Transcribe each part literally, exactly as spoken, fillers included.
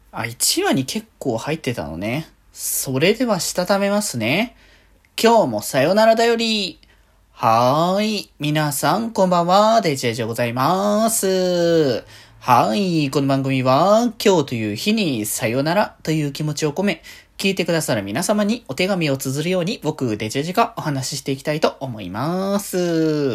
あ、いちわに結構入ってたのね。それではしたためますね。今日もさよならだより。はーい。皆さんこんばんは。デジェジでございます。はい。この番組は今日という日にさよならという気持ちを込め、聞いてくださる皆様にお手紙を綴るように僕デジェジがお話ししていきたいと思います。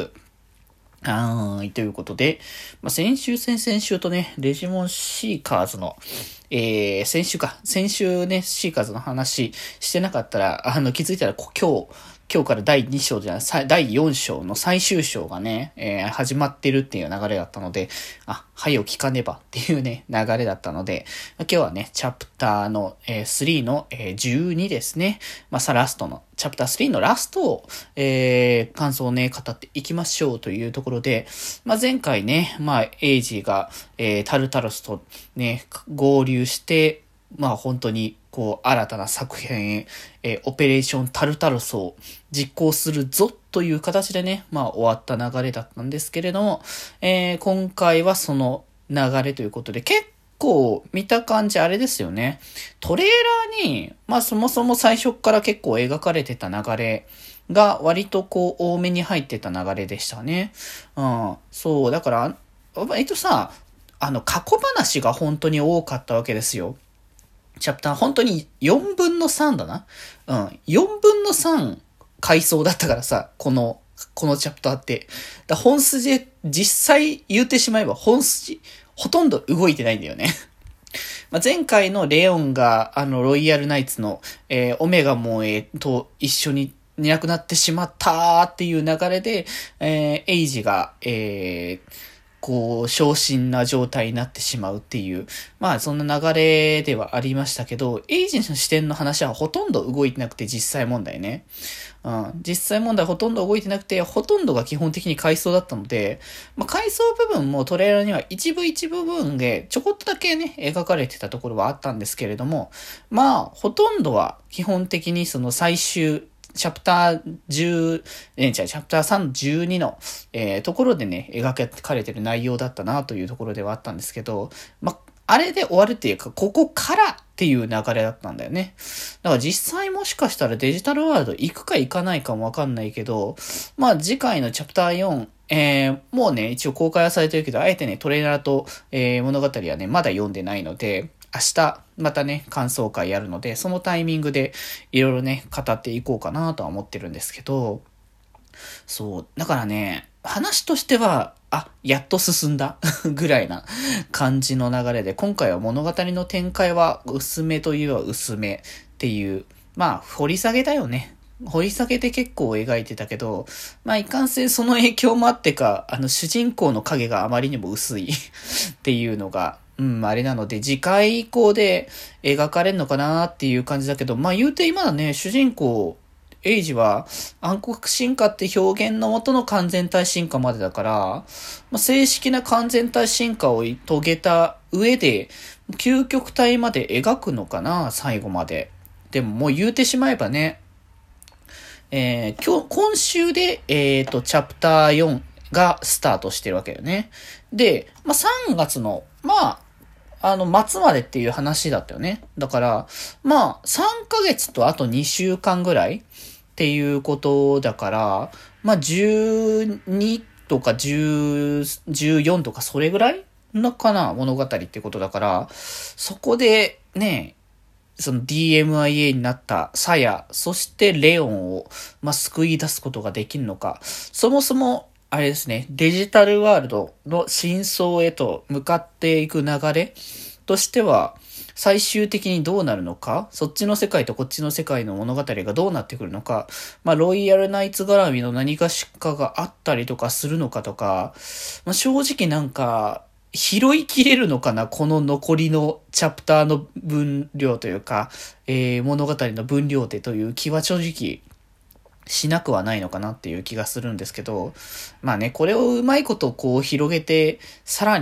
はーい。ということで、まあ、先週、先々週とね、デジモンシーカーズの、えー、先週か、先週ね、シーカーズの話してなかったら、あの、気づいたら、今日、今日からだいに章じゃない、だいよん章の最終章がね、えー、始まってるっていう流れだったので、あ、はいを聞かねばっていうね、流れだったので、今日はね、チャプターの、えー、スリーの、えー、じゅうにですね、まあ、さ、ラストの、チャプタースリーのラストを、えー、感想をね、語っていきましょうというところで、まあ、前回ね、まあ、エイジが、えー、タルタロスとね、合流して、まあ、本当に、こう、新たな作品へ、えー、オペレーションタルタロスを実行するぞという形でね、まあ、終わった流れだったんですけれども、えー、今回はその流れということで、結構見た感じあれですよね。トレーラーに、まあそもそも最初から結構描かれてた流れが割とこう多めに入ってた流れでしたね。うん。そう、だから、えっとさ、あの過去話が本当に多かったわけですよ。チャプター本当によんぶんのさんだな。うん。よんぶんのさん回想だったからさ、この、このチャプターって。だ本筋で、実際言ってしまえば本筋、ほとんど動いてないんだよね。まあ、前回のレオンが、あの、ロイヤルナイツの、えー、オメガモンへと一緒にいなくなってしまったっていう流れで、えー、エイジが、えー、こう、昇進な状態になってしまうっていう、まあ、そんな流れではありましたけど、エイジの視点の話はほとんど動いてなくて実際問題ね。うん、実際問題ほとんど動いてなくて、ほとんどが基本的に回想だったので、まあ、回想部分もトレーラーには一部一部分でちょこっとだけね、描かれてたところはあったんですけれども、まあ、ほとんどは基本的にその最終、チャプターじゅう、えー、じゃあチャプターさんのじゅうにの、えー、ところでね、描かれてる内容だったなというところではあったんですけど、まあ、あれで終わるっていうか、ここからっていう流れだったんだよね。だから実際もしかしたらデジタルワールド行くか行かないかもわかんないけど、まあ次回のチャプターよん、えー、もうね、一応公開はされてるけど、あえてね、トレーラーと、えー、物語はね、まだ読んでないので、明日、またね、感想会やるので、そのタイミングでいろいろね、語っていこうかなとは思ってるんですけど、そう、だからね、話としては、あ、やっと進んだぐらいな感じの流れで、今回は物語の展開は薄めといえば薄めっていう、まあ、掘り下げだよね。掘り下げて結構描いてたけど、まあ、いかんせんその影響もあってか、あの、主人公の影があまりにも薄いっていうのが、うん、あれなので、次回以降で描かれるのかなっていう感じだけど、まあ言うて今だね、主人公、エイジは暗黒進化って表現のもとの完全体進化までだから、まあ、正式な完全体進化を遂げた上で、究極体まで描くのかな、最後まで。でももう言うてしまえばね、えー、今日、今週で、えっと、チャプターよんがスタートしてるわけよね。で、まあ、さんがつの、まあ、あの、末までっていう話だったよね。だから、まあ、さんかげつとあとにしゅうかんぐらいっていうことだから、まあ、じゅうにとかじゅう、じゅうよんとかそれぐらいのかな、物語ってことだから、そこでね、その ディーエムアイエー になったサヤ、そしてレオンを、まあ、救い出すことができるのか。そもそも、あれですね、デジタルワールドの真相へと向かっていく流れとしては、最終的にどうなるのか、そっちの世界とこっちの世界の物語がどうなってくるのか、まあ、ロイヤルナイツ絡みの何かしかがあったりとかするのかとか、まあ、正直なんか、拾いきれるのかな、この残りのチャプターの分量というか、えー、物語の分量でという気は正直しなくはないのかなっていう気がするんですけど、まあね、これをうまいことこう広げて、さらに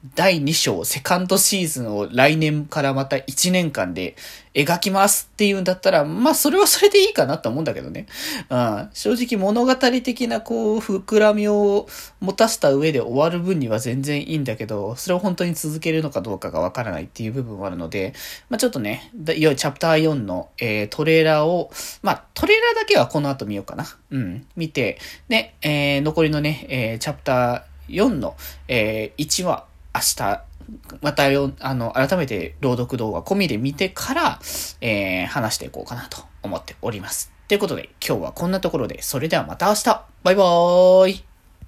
だいに章セカンドシーズンを来年からまたいちねんかんで描きますっていうんだったら、まあそれはそれでいいかなと思うんだけどね。うん、正直物語的なこう膨らみを持たせた上で終わる分には全然いいんだけど、それを本当に続けるのかどうかがわからないっていう部分もあるので、まあちょっとね、いわゆるチャプターよんの、えー、トレーラーを、まあトレーラーだけはこの後見ようかな。うん、見て、で、えー、残りのね、えー、チャプターよんの、えー、いちわ、明日、またよ、あの、改めて朗読動画込みで見てから、えー、話していこうかなと思っております。ということで、今日はこんなところで、それではまた明日バイバーイ